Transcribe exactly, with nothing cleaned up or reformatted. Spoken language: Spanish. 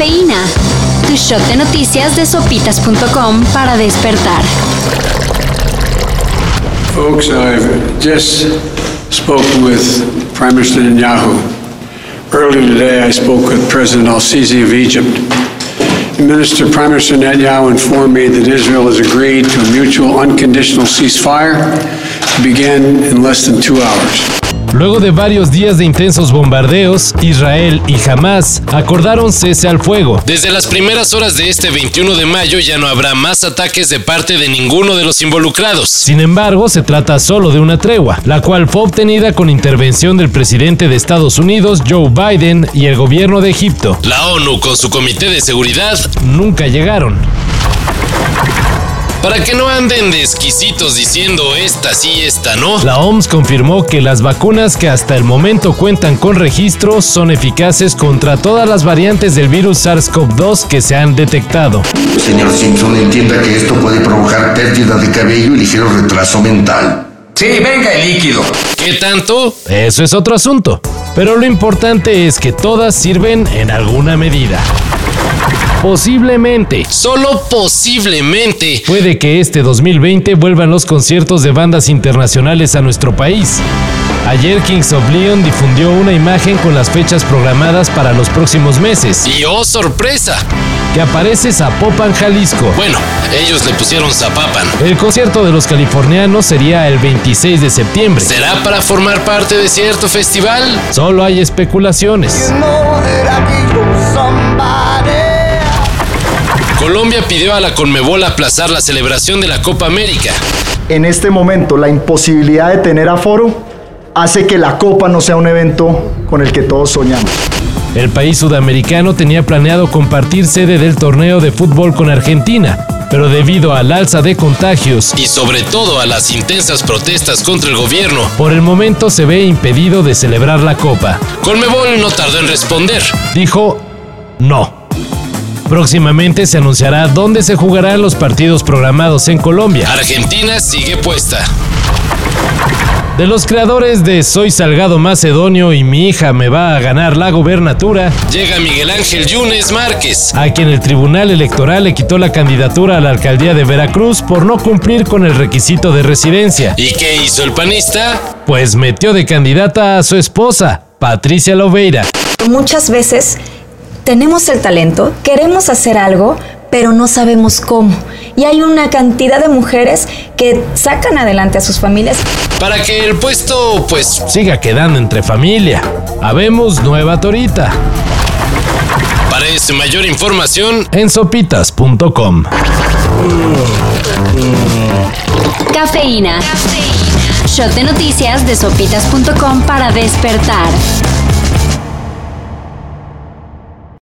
Cafeína, tu shot de noticias de sopitas punto com para despertar. Folks, I've just spoken with Prime Minister Netanyahu. Earlier today, I spoke with President al-Sisi of Egypt. Minister Prime Minister Netanyahu informed me that Israel has agreed to a mutual unconditional ceasefire to begin in less than two hours. Luego de varios días de intensos bombardeos, Israel y Hamas acordaron cese al fuego. Desde las primeras horas de este veintiuno de mayo ya no habrá más ataques de parte de ninguno de los involucrados. Sin embargo, se trata solo de una tregua, la cual fue obtenida con intervención del presidente de Estados Unidos, Joe Biden, y el gobierno de Egipto. La ONU, con su comité de seguridad, nunca llegaron. Para que no anden de exquisitos diciendo esta sí, esta no, la O M S confirmó que las vacunas que hasta el momento cuentan con registro son eficaces contra todas las variantes del virus SARS-CoV dos que se han detectado. Señor Simpson, entienda que esto puede provocar pérdida de cabello y ligero retraso mental. Sí, venga el líquido. ¿Qué tanto? Eso es otro asunto. Pero lo importante es que todas sirven en alguna medida. Posiblemente, solo posiblemente, puede que este dos mil veinte vuelvan los conciertos de bandas internacionales a nuestro país. Ayer Kings of Leon difundió una imagen con las fechas programadas para los próximos meses. Y ¡oh, sorpresa! Que aparece Zapopan, Jalisco. Bueno, ellos le pusieron Zapapan. El concierto de los californianos sería el veintiséis de septiembre. ¿Será para formar parte de cierto festival? Solo hay especulaciones. Colombia pidió a la Conmebol aplazar la celebración de la Copa América. En este momento, la imposibilidad de tener aforo hace que la Copa no sea un evento con el que todos soñamos. El país sudamericano tenía planeado compartir sede del torneo de fútbol con Argentina, pero debido al alza de contagios y sobre todo a las intensas protestas contra el gobierno, por el momento se ve impedido de celebrar la Copa. Conmebol no tardó en responder. Dijo no. Próximamente se anunciará dónde se jugarán los partidos programados en Colombia. Argentina sigue puesta. De los creadores de Soy Salgado Macedonio y Mi hija me va a ganar la gobernatura, llega Miguel Ángel Yunes Márquez, a quien el Tribunal Electoral le quitó la candidatura a la alcaldía de Veracruz por no cumplir con el requisito de residencia. ¿Y qué hizo el panista? Pues metió de candidata a su esposa, Patricia Loveira. Muchas veces tenemos el talento, queremos hacer algo, pero no sabemos cómo. Y hay una cantidad de mujeres que sacan adelante a sus familias. Para que el puesto, pues, siga quedando entre familia. Habemos Nueva Torita. Para esta mayor información, en sopitas punto com. Cafeína. Cafeína. Shot de noticias de sopitas punto com para despertar.